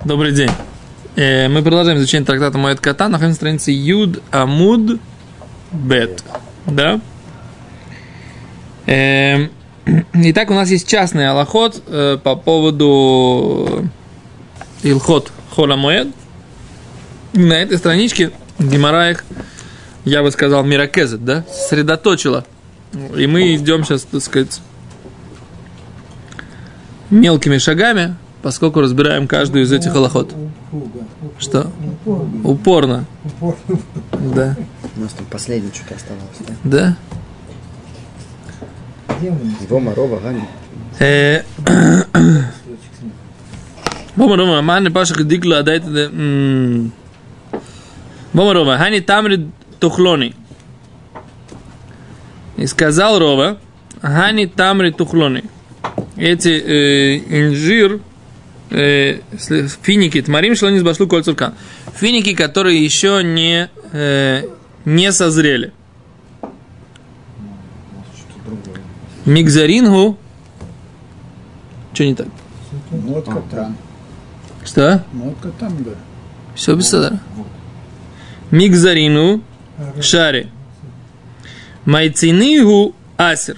Добрый день. Мы продолжаем изучение трактата Моэд Катан. Находимся на странице Юд Амуд Бет. Да? Итак, у нас есть частный алахот по поводу Илхот Хола Моэд. На этой страничке Гемара их, я бы сказал, миракезет, да? Сосредоточила. И мы идем сейчас, так сказать, мелкими шагами, поскольку разбираем каждую из этих алахот. Что? Упорно. Да. У нас там последнее что-то оставалось, Да? да? Вома, Рова, Гани. Вома, Рова, Мани Пашах Дикла, отдайте... Вома, Рова, Хани Тамри Тухлони. И сказал Рова, Хани Тамри Тухлони. Эти инжир, финики, тмарим шлонис башлу коль цуркан. Финики, которые еще не созрели. Мигзарингу. Что не так? Мотка там. Что? Мотка там, да. Все без садара. Мигзарину шари. Майцинигу асер.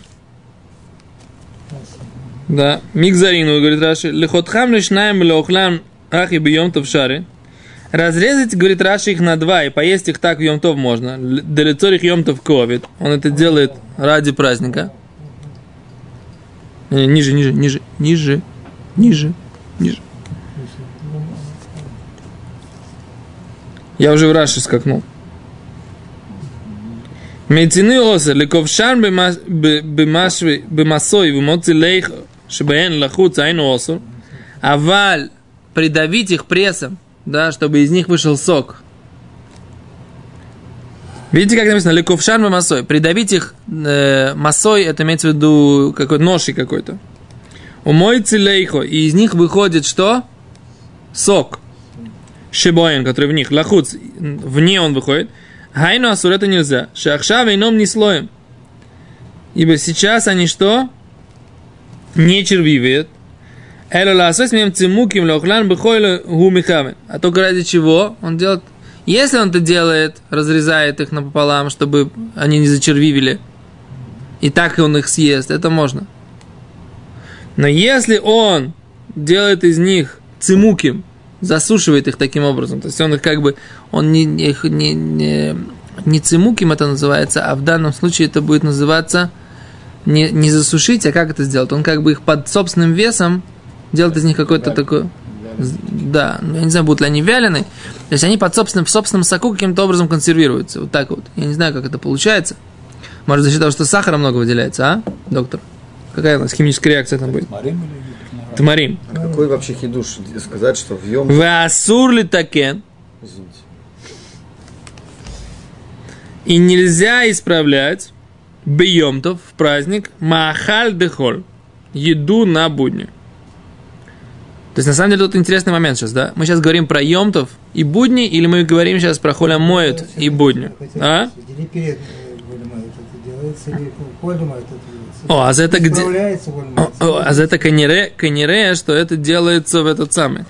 Да. Мигзарину, говорит Раши, лехотхам лишнаем леохлам ахи бьемтов шари. Разрезать, говорит Раши, их на два и поесть их так в йомтов можно. Делицорих йомтов ковид. Он это делает ради праздника. Ниже. Я уже в Раши скакнул. Мейцины осер лековшан бемасой вмоци лейх шбен лахуц айну осер. Аваль придавить их прессом, да, чтобы из них вышел сок. Видите, как написано? Лековшан бемасой. Придавить их масой, это имеется в виду какой-то ношей какой-то. Умойци лейхо. И из них выходит что? Сок. Шибоин, который в них. Лахуц. Вне он выходит. Хайну асур, это нельзя. Шахша вейном не слоем. Ибо сейчас они что? Не червивеют. Эло ласос мем цимуким лохлан бхойло гумихамен. А только ради чего он делает? Если он это делает, разрезает их напополам, чтобы они не зачервивели, и так он их съест, это можно. Но если он делает из них цимуким, засушивает их таким образом, то есть он их как бы, он не цимуким это называется, а в данном случае это будет называться не засушить, а как это сделать? Он как бы их под собственным весом делает из них какой-то такой... Да, я не знаю, будут ли они вяленые. То есть они в собственном соку каким-то образом консервируются. Вот так вот. Я не знаю, как это получается. Может, за счет того, что сахара много выделяется, а, доктор? Какая у нас химическая реакция там будет? Тмарим. А какой вообще хидуш сказать, что в йом... Васур ли такен? Извините. И нельзя исправлять бьемтов в праздник махаль дехоль. Еду на будни. То есть, на самом деле, тут интересный момент сейчас, да? Мы сейчас говорим про йомтов и будни, или мы говорим сейчас про холя моет и будни? А? О, а за это где? А за это канере, что это делается в этот самый.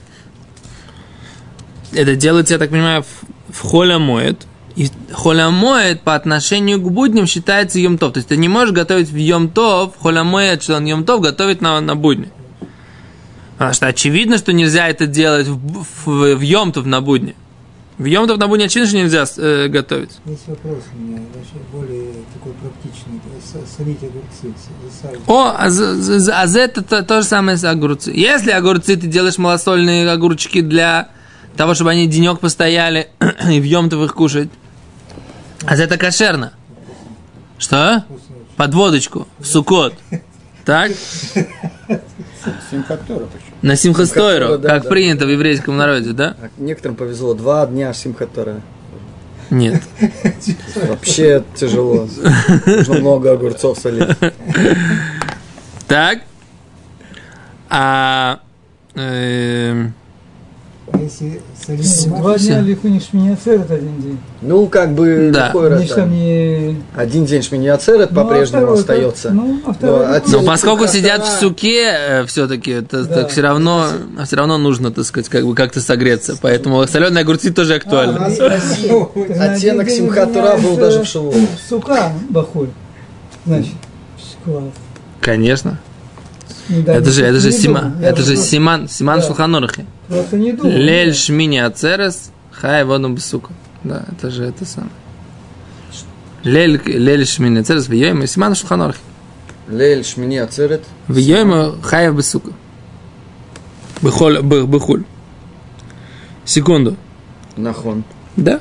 Это делается, я так понимаю, в холя моет. И холя моет по отношению к будням считается йомтов. То есть, ты не можешь готовить в йомтов, холя моет, что он йомтов, готовить на будни. Потому что очевидно, что нельзя это делать в йомтов на будни. В йомтов на будни очевидно, что нельзя готовить. Есть вопрос у меня, более такой практичный. Солить огурцы. А это то же самое с огурцы. Если огурцы ты делаешь малосольные огурчики для того, чтобы они денек постояли и в йомтов их кушать, а это кошерно. Что? Под водочку, в сукот. Так? Симхатора почему? На Симхастойру, да, как да, принято да. В еврейском народе, да? А некоторым повезло 2 дня Симхатора. Нет. Вообще тяжело. Нужно много огурцов солить. Так. А если соленый 2 масло, дня лихуни шминяцерет 1 день. Ну, как бы, Да. какой раз Они же там не... один день шминяцерет Ну, а по-прежнему второй, остается. а второй... Но от- Но поскольку Симхат сидят в Тора. суке, все-таки, это Да. так все равно нужно, так сказать, как бы как-то согреться. Поэтому соленые огурцы тоже актуальны. Оттенок Симхат Тора был даже в Шивот. Сука, бахуль. Значит, класс. Конечно. Да, Это же не Симан, думал. Я это же просто- Симан Да. Шулханорахи. Просто не думал. Лель шмини ацерес, хай воду бсука. Да, это же это самое. Лель шмини ацерес, вьёйма Симан Шулханорахи. Лель Шмини Ацерет. Вьёйма хай бсука. Бехуль. Секунду. Нахон. Да.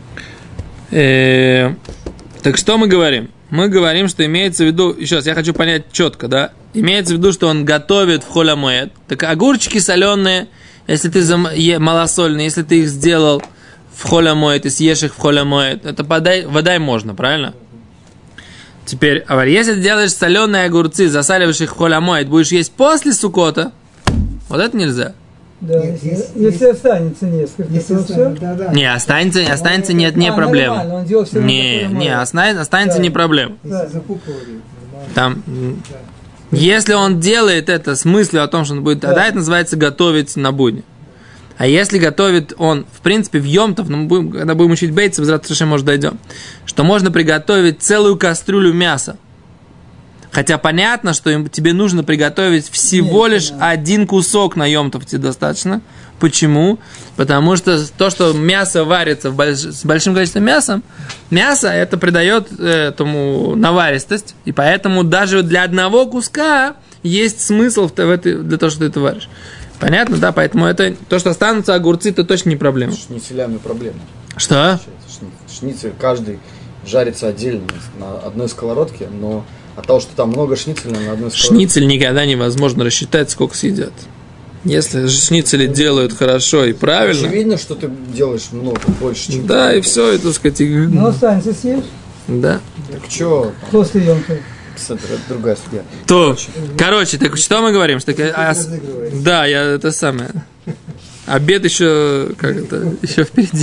Так что мы говорим? Мы говорим, что имеется в виду, еще раз, я хочу понять четко, да? Имеется в виду, что он готовит в холямоэд. Так огурчики соленые, если ты малосольные, если ты их сделал в холямоэд и съешь их в холямоэд, это водай можно, правильно? Теперь, а если ты делаешь соленые огурцы, засаливаешь их в холямоэд, будешь есть после сукота, вот это нельзя. Да, Нет, если останется несколько, если то все. да. Не, останется, нет, не проблема. Нормально, он делал все равно Не, холямоэд. останется Да. не проблема. Если закупывали, нормально. Там, если он делает это с мыслью о том, что он будет, тогда это называется готовить на будни. А если готовит он, в принципе, в Йом-Тов, когда будем учить бейцев, завтра, может, дойдем, что можно приготовить целую кастрюлю мяса. Хотя понятно, что тебе нужно приготовить всего лишь один кусок на Йом-Тов, тебе достаточно. Почему? Потому что то, что мясо варится с большим количеством мяса это придает этому наваристость. И поэтому даже для одного куска есть смысл для того, что ты это варишь. Понятно, да? Поэтому это то, что останутся огурцы, это точно не проблема. С шницелями проблема. Что? Шницель каждый жарится отдельно на одной сковородке, но от того, что там много шницеля на одной сковородке. Шницель никогда невозможно рассчитать, сколько съедят. Если шницели делают хорошо и правильно, Очевидно, что ты делаешь много, больше, чем... да, и все, это, так сказать, Ну, останется съешь да. Так что, после Йом-Тов. это другая судья. То, короче, так что мы говорим? Что, разыгрываешь. да, это самое. Обед еще, еще впереди.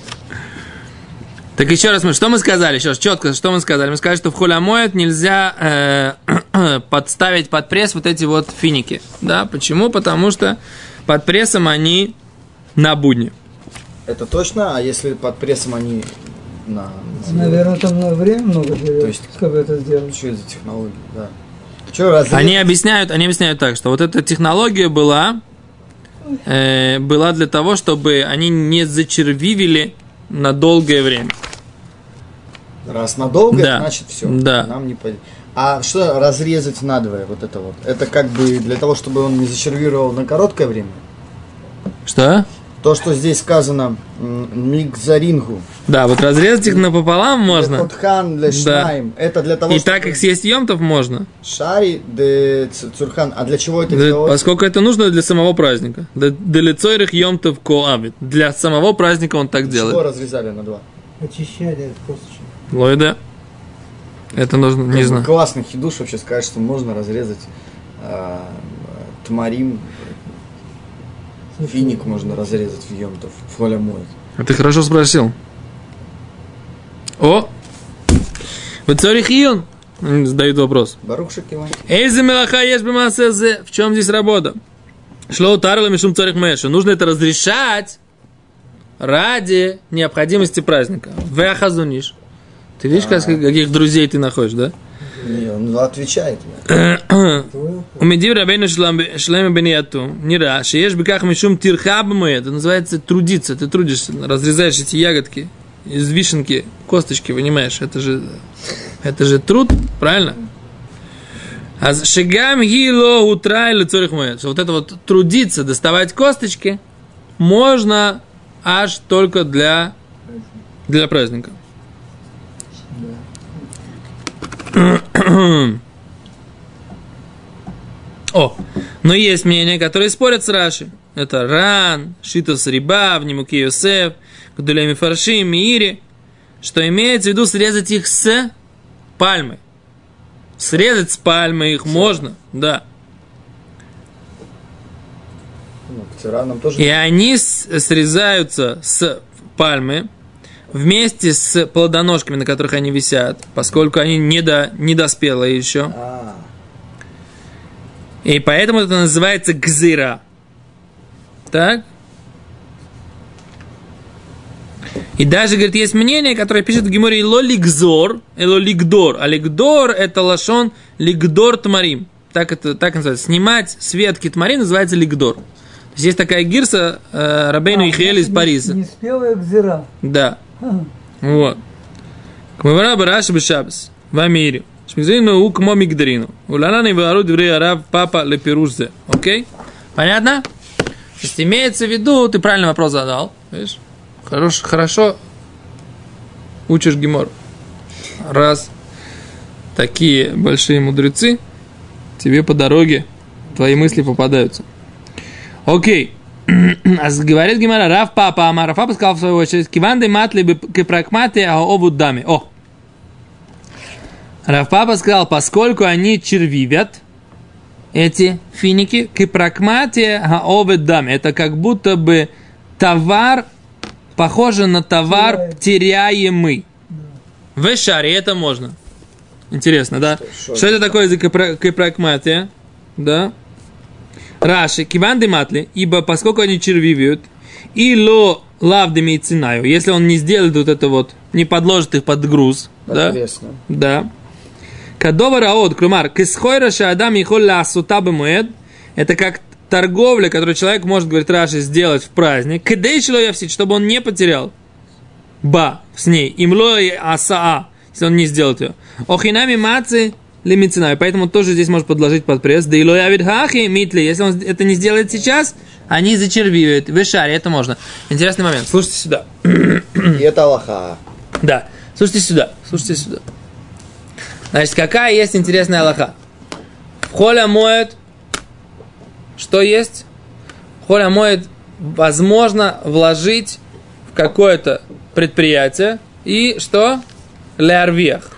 Так еще раз, что мы сказали? Еще раз, четко, что мы сказали? Мы сказали, что в холямоэд нельзя подставить под пресс вот эти вот финики. Да, почему? Потому что под прессом они на будни. Это точно, а если под прессом они на... Наверное, там на время много живет, То есть- чтобы это сделать. Что это за технология? Да. Что, разве... Они объясняют так, что вот эта технология была для того, чтобы они не зачервивили на долгое время. Раз надолго, Да. значит все. Да. Нам не пойдет. А что разрезать надвое, вот это вот? Это как бы для того, чтобы он не зачервировал на короткое время? Что? То, что здесь сказано мигзарингу. Да, вот разрезать их напополам можно. Хутхан для шнаим. Это для того, И чтобы... так как съесть Йом-Тов можно. Шари де цурхан. А для чего это делать? Поскольку это нужно для самого праздника. Для лицойрых Йом-Тов коавит. Для самого праздника он так Чего делает. разрезали на два? Очищали от косточек. Лойда. Это нужно, не знаю. Классный хидуш вообще сказать, что можно разрезать тмарим. Финик можно разрезать в Йом-Тов, в холямоэд. А ты хорошо спросил. О! Вацорих Ион. Задают вопрос. Барух Шакиван. Эйзе мелаха ешь бимасезе. В чем здесь работа? Шло тарла мишум царих мэша. Нужно это разрешать ради необходимости праздника. Вэхазуниш. Ты видишь, каких друзей ты находишь, да? Не, он отвечает. Умедив рабейну шлема бенияту. Нира. Шеешь беках мишум тирха бамуэд. Это называется трудиться. Ты трудишься, разрезаешь эти ягодки из вишенки, косточки, понимаешь? Это же труд, правильно? А шигам гило утра или цорих моет. Вот это вот трудиться, доставать косточки можно аж только для праздника. О, но есть мнения, которые спорят с Раши. Это Ран, Шитос Риба, Внемуки Йосеф, Гдулеми Фаршим, Миири, что имеется в виду срезать их с пальмы. Срезать с пальмы их можно, да. Ну, ктира нам тоже... И они срезаются с пальмы вместе с плодоножками, на которых они висят, поскольку они недоспелые еще. И поэтому это называется гзира. Так? И даже, говорит, есть мнение, которое пишет в Геморе «Эло лигзор», «Эло лигдор». А лигдор – это лашон лигдор тмарим. Так называется. Снимать с ветки тмарим называется лигдор. То есть такая гирса Рабейну Ихиэль из Париза. Неспелая гзира. Да. Вот. Кмавара бараши бешабес. В Амире. Шмигзину у кмо мигдарину. Улананы вару диврей араб папа лепирузде. Окей? Понятно? То есть имеется в виду, ты правильный вопрос задал. Видишь? Хорошо учишь гемор. Раз такие большие мудрецы, тебе по дороге твои мысли попадаются. Окей. Говорит гемора, Рав Папа, а Рав Папа сказал в свою очередь, киванды матли бы кепракматы аовуд дами. О! Рав Папа сказал, поскольку они червивят, эти финики, кепракматы аовуд дами. Это как будто бы товар, похоже на товар теряемый. В шаре это можно. Интересно, да? Что это такое за кепракматия? Да? Раши, киванды матли, ибо поскольку они червивают, и ло лавдами и цинаю, если он не сделает вот это вот, не подложит их под груз, да? Да. Кадова раод, клумар, кисхойра шаадам ихоль ласута бемуэд, это как торговля, которую человек может, говорит Раши, сделать в праздник, кедей шло явсит, чтобы он не потерял. Ба, с ней, имло и асаа, если он не сделает ее. Охинами мацы лимицинай, поэтому тоже здесь может подложить под пресс. Да и лоявид хахи митли, если он это не сделает сейчас, они зачервивают. В шаре это можно. Интересный момент. Слушайте сюда. И это алаха. Да. Слушайте сюда. Значит, какая есть интересная алаха? В холе моет. Что есть? В холе моет возможно вложить в какое-то предприятие и что? Лярвиях.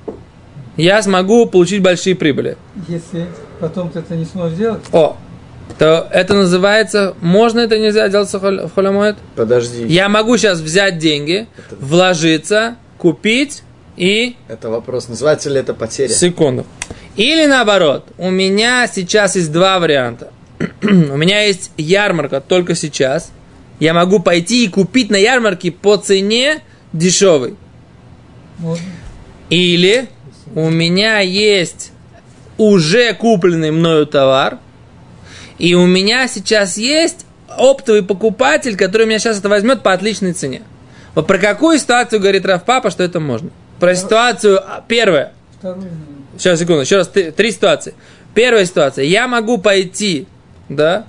Я смогу получить большие прибыли. Если потом ты это не сможешь делать. То это называется, можно это нельзя делать в холямоэд? Подожди. Я могу сейчас взять деньги, вложиться, купить и... Это вопрос, называется ли это потеря? Секунду. Или наоборот, у меня сейчас есть два варианта. У меня есть ярмарка только сейчас. Я могу пойти и купить на ярмарке по цене дешевой. Можно. Или у меня есть уже купленный мною товар, и у меня сейчас есть оптовый покупатель, который у меня сейчас это возьмет по отличной цене. Вот про какую ситуацию говорит Рав Папа, что это можно? Про ситуацию первая. Сейчас, секунду, еще раз, три ситуации. Первая ситуация. Я могу пойти, да,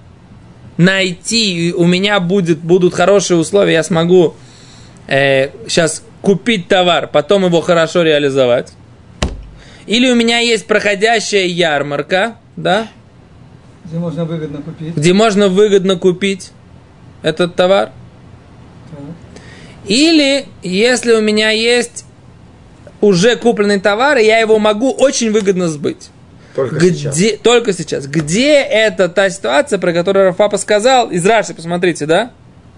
найти, у меня будут хорошие условия, я смогу сейчас купить товар, потом его хорошо реализовать. Или у меня есть проходящая ярмарка, да? Где можно выгодно купить. Где можно выгодно купить этот товар. Так. Или если у меня есть уже купленный товар, и я его могу очень выгодно сбыть. Только сейчас. Где это та ситуация, про которую Рав Папа сказал? Из Раши, посмотрите, да?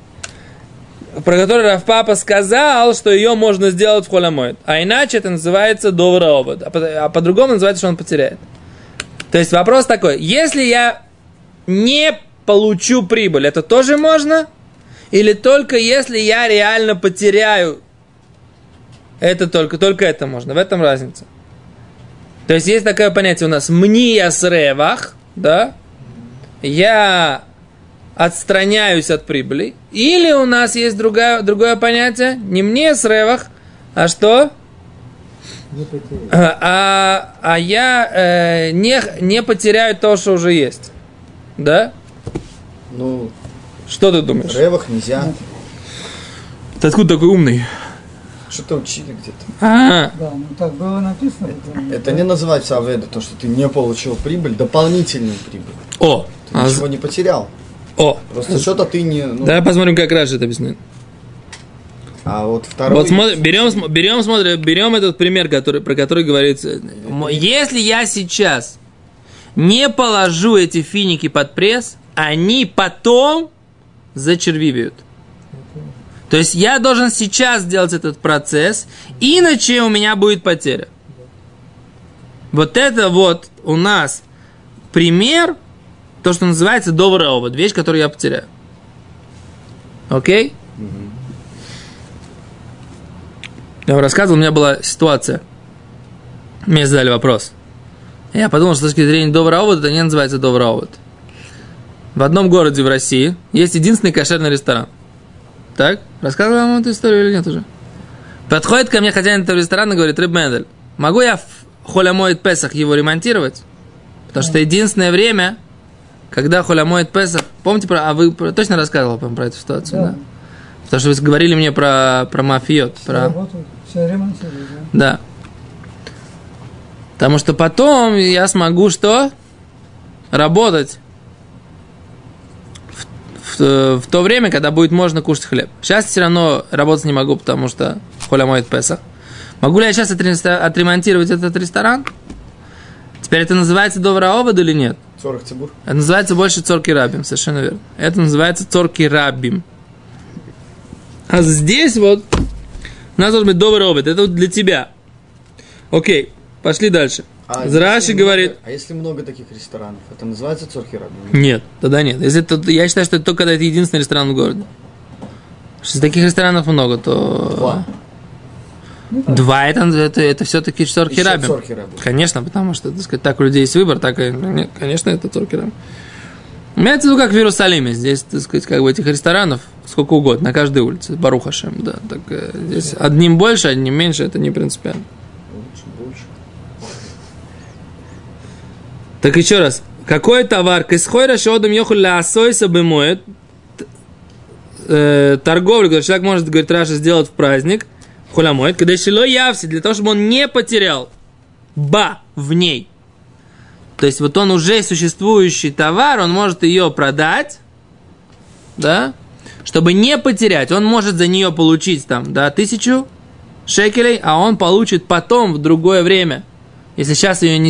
Про которую Рав Папа сказал, что ее можно сделать в холямоэд. А иначе это называется довара овод. А по-другому называется, что он потеряет. То есть вопрос такой. Если я не получу прибыль, это тоже можно? Или только если я реально потеряю? Это только это можно. В этом разница. То есть есть такое понятие у нас мнияс ревах, да? Я отстраняюсь от прибыли. Или у нас есть другое понятие, не мнияс ревах, а что? Я не потеряю то, что уже есть. Да? Ну, что ты думаешь? Ревах нельзя. Ты откуда такой умный? Что-то учили где-то. Да, ну так было написано. Это не называется аведа, то, что ты не получил прибыль, дополнительную прибыль. Ты ничего не потерял. Просто что-то ты не... Давай посмотрим, как Раши это объясняет. А вот второй... Вот берем этот пример, про который говорится. Если я сейчас не положу эти финики под пресс, они потом зачервивают. То есть я должен сейчас сделать этот процесс, иначе у меня будет потеря. Вот это вот у нас пример, то, что называется добрый овод, вещь, которую я потеряю. Окей? Я вам рассказывал, у меня была ситуация. Мне задали вопрос. Я подумал, что с точки зрения добрый овод, это не называется добрый овод. В одном городе в России есть единственный кошерный ресторан. Так? Рассказывал вам эту историю или нет уже? Подходит ко мне хозяин этого ресторана и говорит: Реб Мендель, могу я в Холь ха-Моэд Песах его ремонтировать? Потому что единственное время, когда Холь ха-Моэд Песах... Помните, вы точно рассказывал про эту ситуацию? Да. Потому что вы говорили мне про мафиот. Все ремонтируют, да. Потому что потом я смогу что? Работать в то время, когда будет можно кушать хлеб. Сейчас все равно работать не могу, потому что Холь ха-Моэд Песах. Могу ли я сейчас отремонтировать этот ресторан? Теперь это называется добрый овод или нет? Цорх цибур. Это называется больше цорки рабим, совершенно верно. Это называется цорки рабим. А здесь вот у нас должен быть добрый овод. Это вот для тебя. Окей, пошли дальше. Раши говорит... А если много таких ресторанов, это называется цорки рабим? Нет, тогда нет. Я считаю, что это только когда это единственный ресторан в городе. Если таких ресторанов много, то... Два это все-таки цорки рабим. Конечно, потому что, так сказать, так у людей есть выбор, так и, нет, конечно, это цорки рабим. Имеется в виду, как в Иерусалиме. Здесь, так сказать, как бы этих ресторанов сколько угодно, на каждой улице. Барух Ашем, да. Так, здесь одним больше, одним меньше, это не принципиально. Больше. Так еще раз. Какой товар? Кисхойра шодам йоху лаасойса бемоэд. Торговлю, когда человек может, говорит, Раша, сделать в праздник. Холь ха-Моэд, когда шило явси, для того, чтобы он не потерял в ней. То есть вот он уже существующий товар, он может ее продать, да, чтобы не потерять. Он может за нее получить там, да, 1000 шекелей, а он получит потом в другое время. Если сейчас ее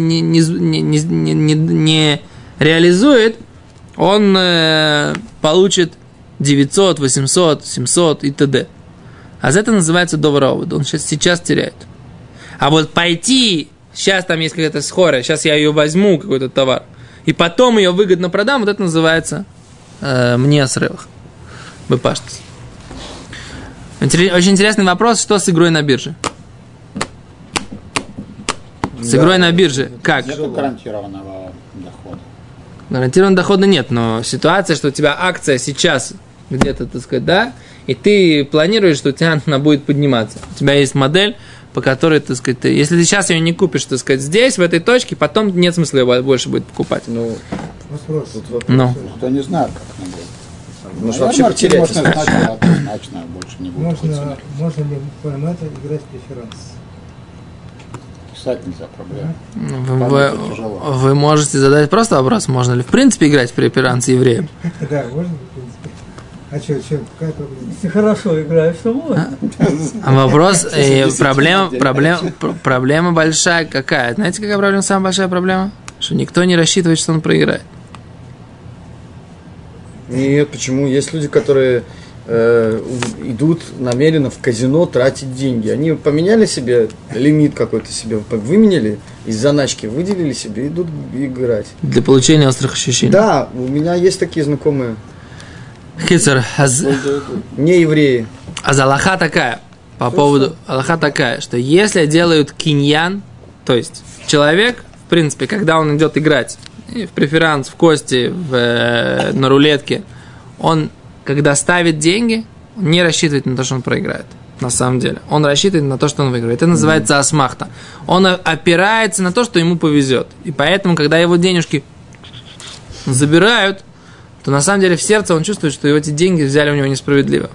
не реализует, он получит 900, 800, 700 и т.д. А за это называется добрый овод. Он сейчас теряет. А вот пойти, сейчас там есть какая-то схора, сейчас я ее возьму, какой-то товар, и потом ее выгодно продам, вот это называется мне срывах. Бепаштус. Очень интересный вопрос, что с игрой на бирже? С игрой на бирже. Как? Нет гарантированного дохода. Гарантированного дохода нет, но ситуация, что у тебя акция сейчас где-то, так сказать, да, и ты планируешь, что у тебя она будет подниматься. У тебя есть модель, по которой, так сказать, если ты сейчас ее не купишь, так сказать, здесь, в этой точке, потом нет смысла ее больше будет покупать. Вопрос. Кто не знает, как она будет. Может, вообще потерять. Можно знать, однозначно больше не будет. Можно ли поймать играть в преферанс? Писать нельзя, проблема. Вы можете задать просто вопрос, можно ли в принципе играть в преферанс евреям? Да, можно в принципе. А что, какая проблема? Если хорошо играешь, то можно. А вопрос, проблема большая какая? Знаете, какая проблема, самая большая проблема? Что никто не рассчитывает, что он проиграет. Нет, почему? Есть люди, которые идут намеренно в казино тратить деньги. Они поменяли себе лимит какой-то себе, выменяли из заначки, выделили себе и идут играть. Для получения острых ощущений. Да, у меня есть такие знакомые. Хицер, не евреи. Аллаха такая, по поводу Аллаха такая, что если делают киньян, то есть человек, в принципе, когда он идет играть в преферанс, в кости, на рулетке, он, когда ставит деньги, он не рассчитывает на то, что он проиграет. На самом деле. Он рассчитывает на то, что он выиграет. Это называется асмахта. Он опирается на то, что ему повезет. И поэтому, когда его денежки забирают, то на самом деле в сердце он чувствует, что эти деньги взяли у него несправедливо.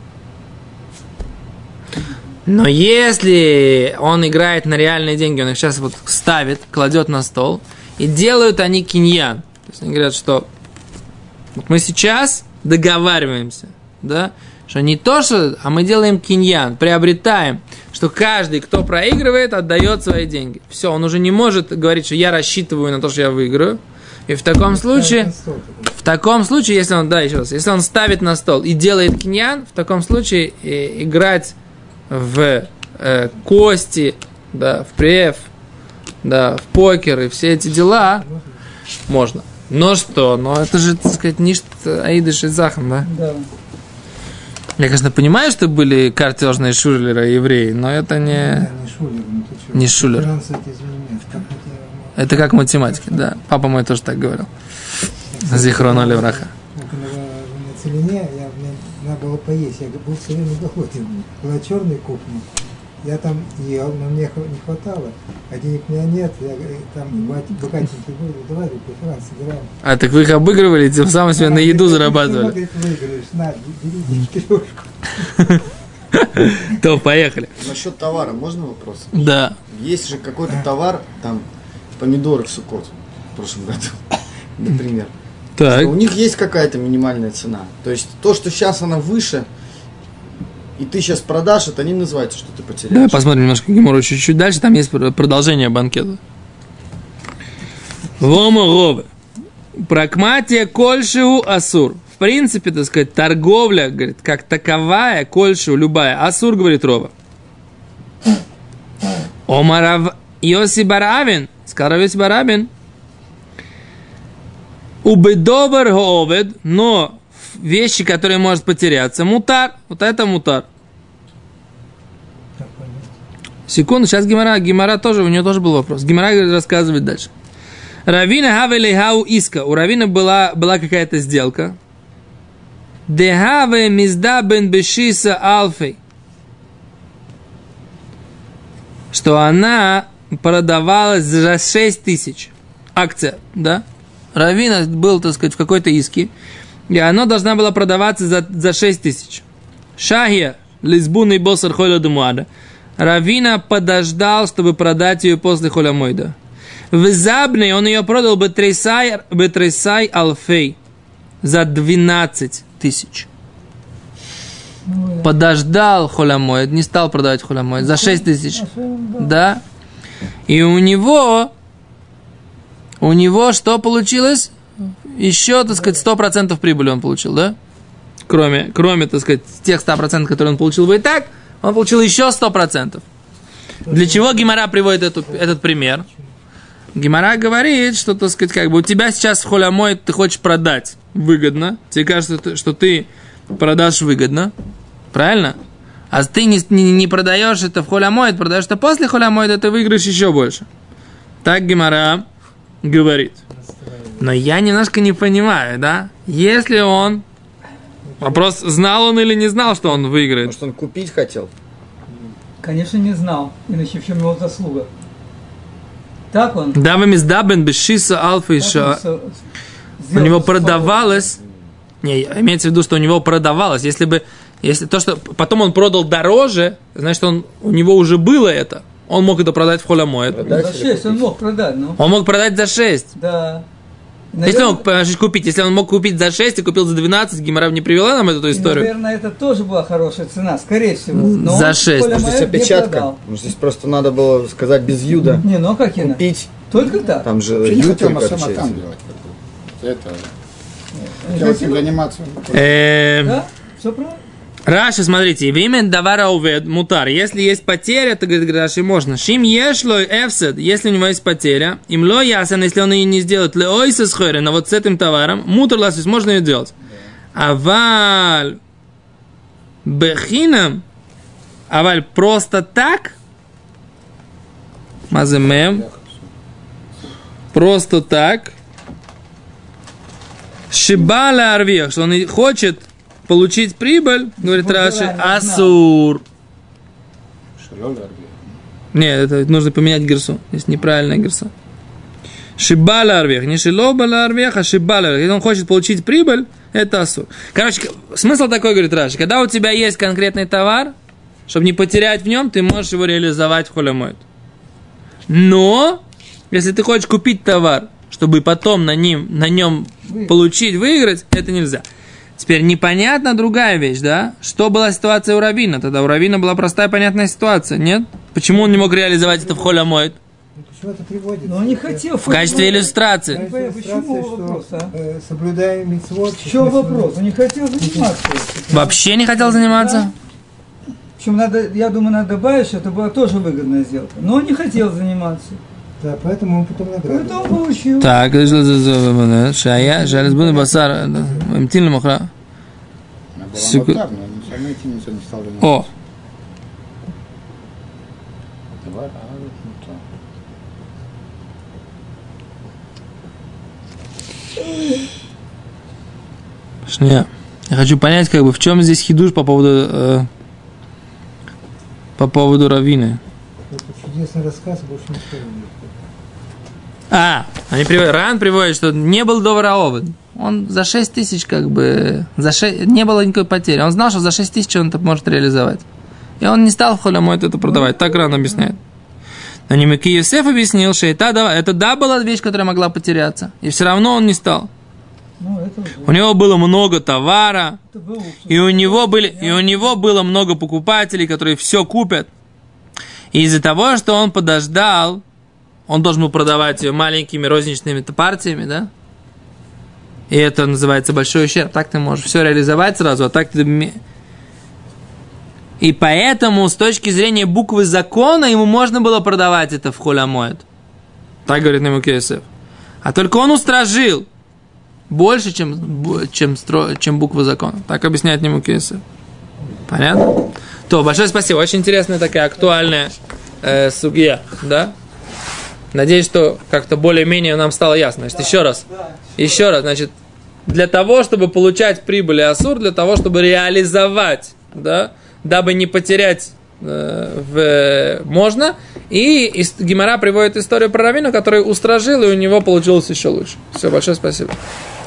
Но если он играет на реальные деньги, он их сейчас вот ставит, кладет на стол, и делают они киньян. То есть они говорят, что вот мы сейчас договариваемся, да, что не то, что, а мы делаем киньян, приобретаем, что каждый, кто проигрывает, отдает свои деньги. Все, он уже не может говорить, что я рассчитываю на то, что я выиграю. И в таком случае, если он, да, еще раз, если он ставит на стол и делает киньян, в таком случае играть в кости, да, в преф, да, в покер и все эти дела можно. Но что? Но это же, так сказать, ништ аидыш и захам, да? Да. Я, конечно, понимаю, что были картежные шулеры евреи, но это не шулеры. Не шулер. Это как математика, да. Папа мой тоже так говорил. Зихрона левраха. На целине надо было поесть. Я был все время голоден. Была черная кухня. Я там ел, но мне не хватало. А денег у меня нет. Я там богатенький был. Давай, преферанс собираем. А так вы их обыгрывали, тем самым себе на еду зарабатывали. Выиграешь, на, берите четверку. То, поехали. Насчет товара, можно вопрос? Да. Есть же какой-то товар, там, помидоры в Суккот в прошлом году, например. Так. У них есть какая-то минимальная цена. То есть то, что сейчас она выше, и ты сейчас продашь, это не называется, что ты потеряешь. Давай посмотрим немножко Гемору чуть-чуть дальше. Там есть продолжение банкета. Вома рове. Прагматия кольшиу асур. В принципе, так сказать, торговля, говорит, как таковая, кольшиу, любая. Асур, говорит Рова. Омарав Йоси Барабин. Сказал Йоси Барабин. Убедовар гоовед, но вещи, которые может потеряться, мутар. Вот это мутар. Секунду, сейчас Гемара тоже, у нее тоже был вопрос. Гемара рассказывает дальше. Равина хавели хау иска. У Равина была какая-то сделка. Дехаве мизда бен бешиса алфей. Что она продавалась за 6 тысяч. Акция, да? Равина был, так сказать, в какой-то иске. И она должна была продаваться за 6 тысяч. Шахия, лизбунный боссар холя думуада. Равина подождал, чтобы продать ее после холя мойда. В Забне он ее продал бетресай алфей за 12 тысяч. Подождал холя мойд, не стал продавать холя мойд за 6 тысяч. Да. И у него что получилось? Еще, так сказать, 100% прибыли он получил, да? Кроме, так сказать, тех 100%, которые он получил бы и так, он получил еще 100%. Для чего Гемара приводит этот пример? Гемара говорит, что, так сказать, как бы у тебя сейчас в холямой ты хочешь продать выгодно. Тебе кажется, что ты продашь выгодно. Правильно? А ты не продаешь это в холямой, продаешь это после холямой, ты выиграешь еще больше. Так Гемара говорит. Но я немножко не понимаю, да? Если он... Вопрос, знал он или не знал, что он выиграет? Может, он купить хотел? Конечно, не знал. Иначе в чем его заслуга? Так он? Да, вы миздабен бешиса алфиша. У него продавалось... Не, имеется в виду, что у него продавалось. Если то, что потом он продал дороже, значит, у него уже было это. Он мог это продать в холямоэд. За 6 он мог продать, ну. Он мог продать за 6. Да. Если он мог купить, если он мог купить за 6 и купил за 12, Гемара не привела нам эту историю. Наверное, это тоже была хорошая цена, скорее всего. Но за 6. Может, здесь опечатка? Может, здесь просто надо было сказать без юда. Не, ну как иначе? Купить. Только так. Там же юд юд только общается. Это... Хотел заниматься. Да? Все правильно? Раши, смотрите, вимен давара увед мутар. Если есть потеря, то, говорит Раши, можно. Шим ешлой эфсед, если у него есть потеря, им ло ясен, если он ее не сделает, леойса схойрен, но вот с этим товаром, мутар ласис, можно ее делать. Аваль бехинам, аваль просто так, маземем, просто так, шибаля арвех, что он хочет получить прибыль, говорит Раши, асур. Нет, это нужно поменять герсу. Здесь неправильная герса. Шибаля арвех. Не шилобаля арвех, а шибаля арвех. Если он хочет получить прибыль, это асур. Короче, смысл такой, говорит Раши. Когда у тебя есть конкретный товар, чтобы не потерять в нем, ты можешь его реализовать в холямойд. Но, если ты хочешь купить товар, чтобы потом на нем выиграть, это нельзя. Теперь непонятна другая вещь, да? Что была ситуация у Равина? Тогда у Равина была простая понятная ситуация, нет? Почему он не мог реализовать это в холямойд? Почему это приводится? Но он не хотел. В качестве иллюстрации. Почему вопрос, а? Соблюдая мицвот. В чем вопрос? Он не хотел заниматься этим. Вообще не хотел заниматься? Причем надо, я думаю, надо добавить, что это была тоже выгодная сделка. Но он не хотел заниматься. Да, поэтому он потом награду. Поэтому он получил. Так, шая, жалезбун басар, мтин махра. Она была мутар, но он сам этим не стал заниматься. О, Давай, мутар. шня. Я хочу понять, как бы, в чем здесь хидуш по поводу раввины. Это чудесный рассказ, больше ничего не Они приводят, Ран приводит, что не был довара овен. Он за 6 тысяч, как бы, не было никакой потери. Он знал, что за 6 тысяч он это может реализовать. И он не стал в холямойт это продавать. Так Ран объясняет. Но Немики Йосеф объяснил, что это была вещь, которая могла потеряться. И все равно он не стал. У него было много товара, и у него было много покупателей, которые все купят. И из-за того, что он подождал, он должен был продавать ее маленькими розничными партиями, да? И это называется большой ущерб. Так ты можешь все реализовать сразу, а так ты... И поэтому, с точки зрения буквы закона, ему можно было продавать это в холямоэд. Так говорит Немики Йосеф. А только он устражил больше, чем буква закона. Так объясняет Немики Йосеф. Понятно? То, большое спасибо. Очень интересная такая актуальная сугья, да? Надеюсь, что как-то более-менее нам стало ясно. Значит, еще раз, значит, для того, чтобы получать прибыль и асур, для того, чтобы реализовать, да, дабы не потерять можно. И Гемара приводит историю про раввина, который устражил, и у него получилось еще лучше. Все, большое спасибо.